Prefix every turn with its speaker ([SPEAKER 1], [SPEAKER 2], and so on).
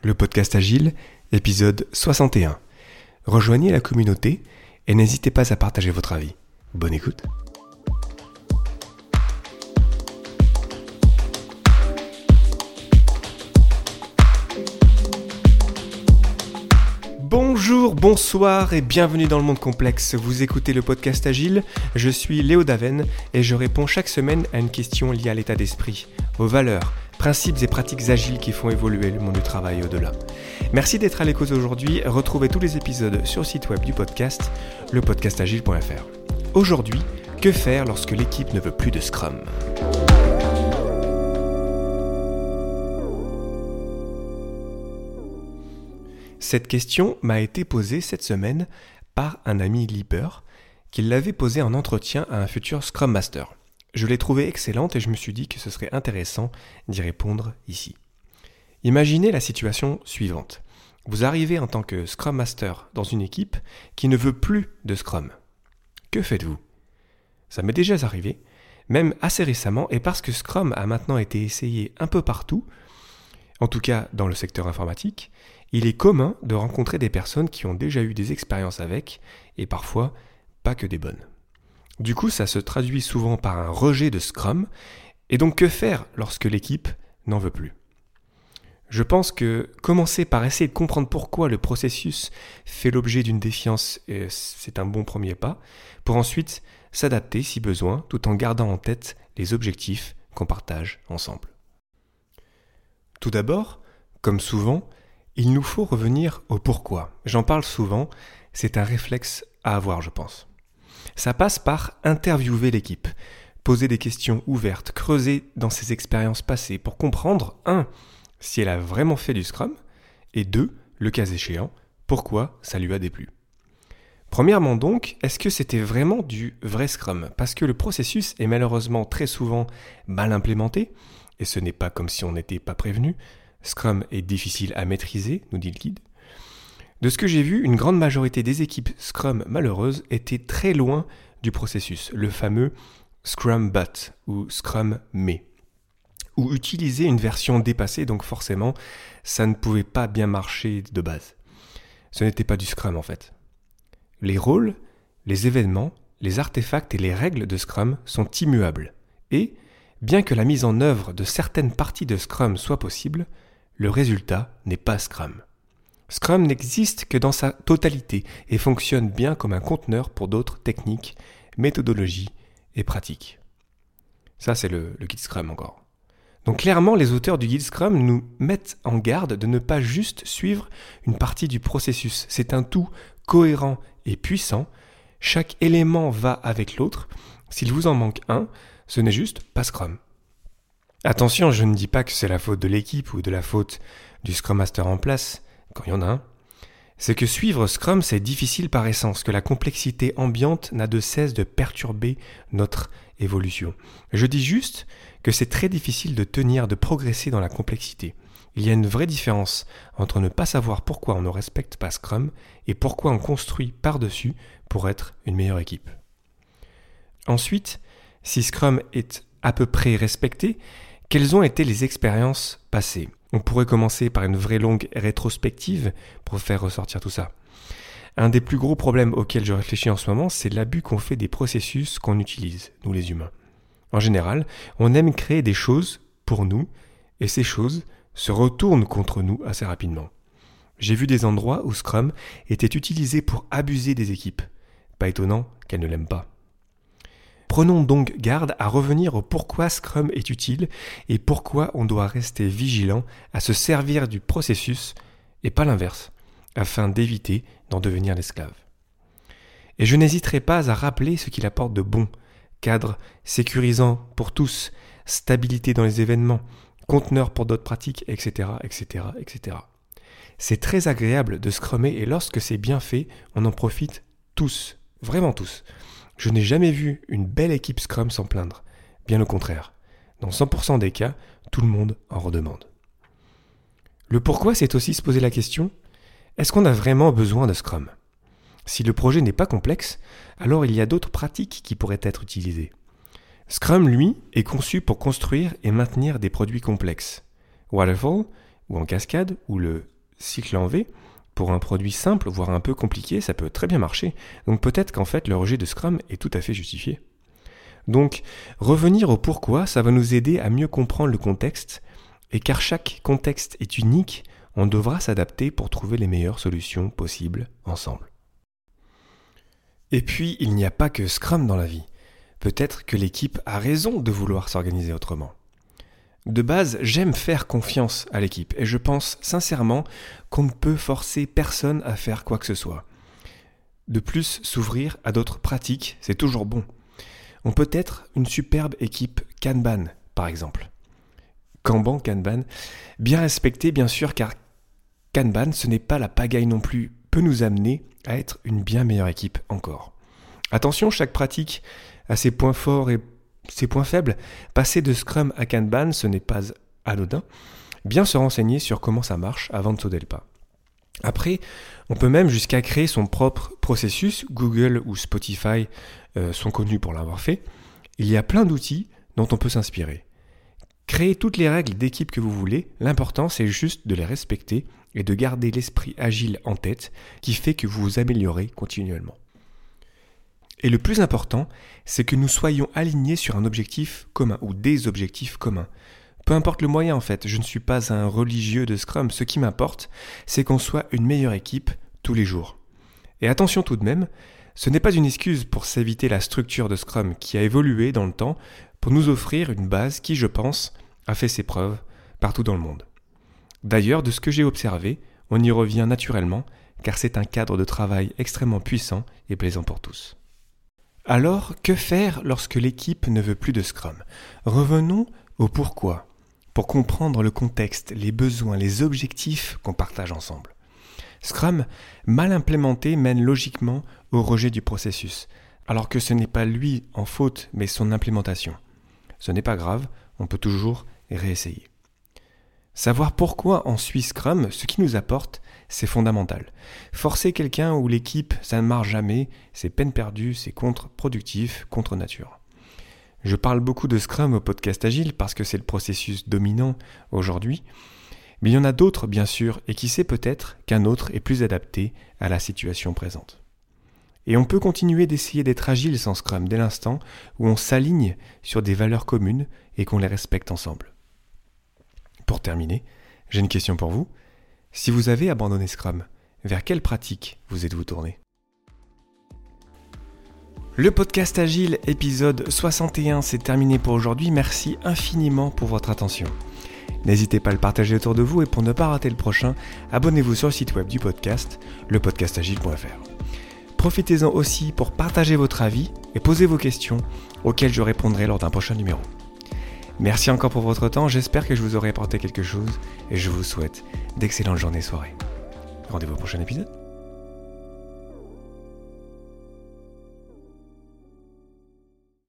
[SPEAKER 1] Le podcast Agile, épisode 61. Rejoignez la communauté et n'hésitez pas à partager votre avis. Bonne écoute. Bonjour, bonsoir et bienvenue dans le monde complexe. Vous écoutez le podcast Agile, je suis Léo Daven et je réponds chaque semaine à une question liée à l'état d'esprit, aux valeurs, principes et pratiques agiles qui font évoluer le monde du travail et au-delà. Merci d'être à l'écoute aujourd'hui. Retrouvez tous les épisodes sur le site web du podcast, lepodcastagile.fr. Aujourd'hui, que faire lorsque l'équipe ne veut plus de Scrum ? Cette question m'a été posée cette semaine par un ami Leaper qui l'avait posée en entretien à un futur Scrum Master. Je l'ai trouvée excellente et je me suis dit que ce serait intéressant d'y répondre ici. Imaginez la situation suivante. Vous arrivez en tant que Scrum Master dans une équipe qui ne veut plus de Scrum. Que faites-vous ? Ça m'est déjà arrivé, même assez récemment, et parce que Scrum a maintenant été essayé un peu partout, en tout cas dans le secteur informatique, il est commun de rencontrer des personnes qui ont déjà eu des expériences avec, et parfois pas que des bonnes. Du coup, ça se traduit souvent par un rejet de Scrum, et donc que faire lorsque l'équipe n'en veut plus ? Je pense que commencer par essayer de comprendre pourquoi le processus fait l'objet d'une défiance, c'est un bon premier pas, pour ensuite s'adapter si besoin, tout en gardant en tête les objectifs qu'on partage ensemble. Tout d'abord, comme souvent, il nous faut revenir au pourquoi. J'en parle souvent, c'est un réflexe à avoir, je pense. Ça passe par interviewer l'équipe, poser des questions ouvertes, creuser dans ses expériences passées pour comprendre 1. Si elle a vraiment fait du Scrum, et 2. Le cas échéant, pourquoi ça lui a déplu. Premièrement donc, est-ce que c'était vraiment du vrai Scrum ? Parce que le processus est malheureusement très souvent mal implémenté, et ce n'est pas comme si on n'était pas prévenu. Scrum est difficile à maîtriser, nous dit le guide. De ce que j'ai vu, une grande majorité des équipes Scrum malheureuses étaient très loin du processus, le fameux Scrum But ou Scrum Mais, ou utiliser une version dépassée, donc forcément, ça ne pouvait pas bien marcher de base. Ce n'était pas du Scrum en fait. Les rôles, les événements, les artefacts et les règles de Scrum sont immuables, et, bien que la mise en œuvre de certaines parties de Scrum soit possible, le résultat n'est pas Scrum. Scrum n'existe que dans sa totalité et fonctionne bien comme un conteneur pour d'autres techniques, méthodologies et pratiques. Ça, c'est le guide Scrum encore. Donc clairement, les auteurs du guide Scrum nous mettent en garde de ne pas juste suivre une partie du processus. C'est un tout cohérent et puissant. Chaque élément va avec l'autre. S'il vous en manque un, ce n'est juste pas Scrum. Attention, je ne dis pas que c'est la faute de l'équipe ou de la faute du Scrum Master en place, quand il y en a un. C'est que suivre Scrum, c'est difficile par essence, que la complexité ambiante n'a de cesse de perturber notre évolution. Je dis juste que c'est très difficile de tenir, de progresser dans la complexité. Il y a une vraie différence entre ne pas savoir pourquoi on ne respecte pas Scrum et pourquoi on construit par-dessus pour être une meilleure équipe. Ensuite, si Scrum est à peu près respecté, quelles ont été les expériences passées ? On pourrait commencer par une vraie longue rétrospective pour faire ressortir tout ça. Un des plus gros problèmes auxquels je réfléchis en ce moment, c'est l'abus qu'on fait des processus qu'on utilise, nous les humains. En général, on aime créer des choses pour nous, et ces choses se retournent contre nous assez rapidement. J'ai vu des endroits où Scrum était utilisé pour abuser des équipes. Pas étonnant qu'elles ne l'aiment pas. Prenons donc garde à revenir au pourquoi Scrum est utile et pourquoi on doit rester vigilant à se servir du processus et pas l'inverse, afin d'éviter d'en devenir l'esclave. Et je n'hésiterai pas à rappeler ce qu'il apporte de bon, cadre sécurisant pour tous, stabilité dans les événements, conteneur pour d'autres pratiques, etc., etc., etc. C'est très agréable de scrummer et lorsque c'est bien fait, on en profite tous, vraiment tous. Je n'ai jamais vu une belle équipe Scrum s'en plaindre. Bien au contraire. Dans 100% des cas, tout le monde en redemande. Le pourquoi, c'est aussi se poser la question, est-ce qu'on a vraiment besoin de Scrum ? Si le projet n'est pas complexe, alors il y a d'autres pratiques qui pourraient être utilisées. Scrum, lui, est conçu pour construire et maintenir des produits complexes. Waterfall, ou en cascade, ou le cycle en V, pour un produit simple, voire un peu compliqué, ça peut très bien marcher. Donc peut-être qu'en fait, le rejet de Scrum est tout à fait justifié. Donc, revenir au pourquoi, ça va nous aider à mieux comprendre le contexte, et car chaque contexte est unique, on devra s'adapter pour trouver les meilleures solutions possibles ensemble. Et puis, il n'y a pas que Scrum dans la vie. Peut-être que l'équipe a raison de vouloir s'organiser autrement. De base, j'aime faire confiance à l'équipe et je pense sincèrement qu'on ne peut forcer personne à faire quoi que ce soit. De plus, s'ouvrir à d'autres pratiques, c'est toujours bon. On peut être une superbe équipe Kanban, par exemple. Kanban, Kanban, bien respecté bien sûr, car Kanban, ce n'est pas la pagaille non plus, peut nous amener à être une bien meilleure équipe encore. Attention, chaque pratique a ses points forts et ses points faibles. Passer de Scrum à Kanban, ce n'est pas anodin. Bien se renseigner sur comment ça marche avant de sauter le pas. Après, on peut même jusqu'à créer son propre processus. Google ou Spotify sont connus pour l'avoir fait. Il y a plein d'outils dont on peut s'inspirer. Créez toutes les règles d'équipe que vous voulez. L'important, c'est juste de les respecter et de garder l'esprit agile en tête qui fait que vous vous améliorez continuellement. Et le plus important, c'est que nous soyons alignés sur un objectif commun ou des objectifs communs. Peu importe le moyen en fait, je ne suis pas un religieux de Scrum. Ce qui m'importe, c'est qu'on soit une meilleure équipe tous les jours. Et attention tout de même, ce n'est pas une excuse pour s'éviter la structure de Scrum qui a évolué dans le temps pour nous offrir une base qui, je pense, a fait ses preuves partout dans le monde. D'ailleurs, de ce que j'ai observé, on y revient naturellement car c'est un cadre de travail extrêmement puissant et plaisant pour tous. Alors, que faire lorsque l'équipe ne veut plus de Scrum ? Revenons au pourquoi, pour comprendre le contexte, les besoins, les objectifs qu'on partage ensemble. Scrum, mal implémenté, mène logiquement au rejet du processus, alors que ce n'est pas lui en faute, mais son implémentation. Ce n'est pas grave, on peut toujours réessayer. Savoir pourquoi on suit Scrum, ce qui nous apporte, c'est fondamental. Forcer quelqu'un ou l'équipe, ça ne marche jamais, c'est peine perdue, c'est contre-productif, contre nature. Je parle beaucoup de Scrum au podcast Agile parce que c'est le processus dominant aujourd'hui, mais il y en a d'autres bien sûr, et qui sait peut-être qu'un autre est plus adapté à la situation présente. Et on peut continuer d'essayer d'être agile sans Scrum dès l'instant où on s'aligne sur des valeurs communes et qu'on les respecte ensemble. Pour terminer, j'ai une question pour vous. Si vous avez abandonné Scrum, vers quelle pratique vous êtes-vous tourné ? Le podcast Agile, épisode 61, c'est terminé pour aujourd'hui. Merci infiniment pour votre attention. N'hésitez pas à le partager autour de vous et pour ne pas rater le prochain, abonnez-vous sur le site web du podcast, lepodcastagile.fr. Profitez-en aussi pour partager votre avis et poser vos questions auxquelles je répondrai lors d'un prochain numéro. Merci encore pour votre temps, j'espère que je vous aurai apporté quelque chose et je vous souhaite d'excellentes journées et soirées. Rendez-vous au prochain épisode.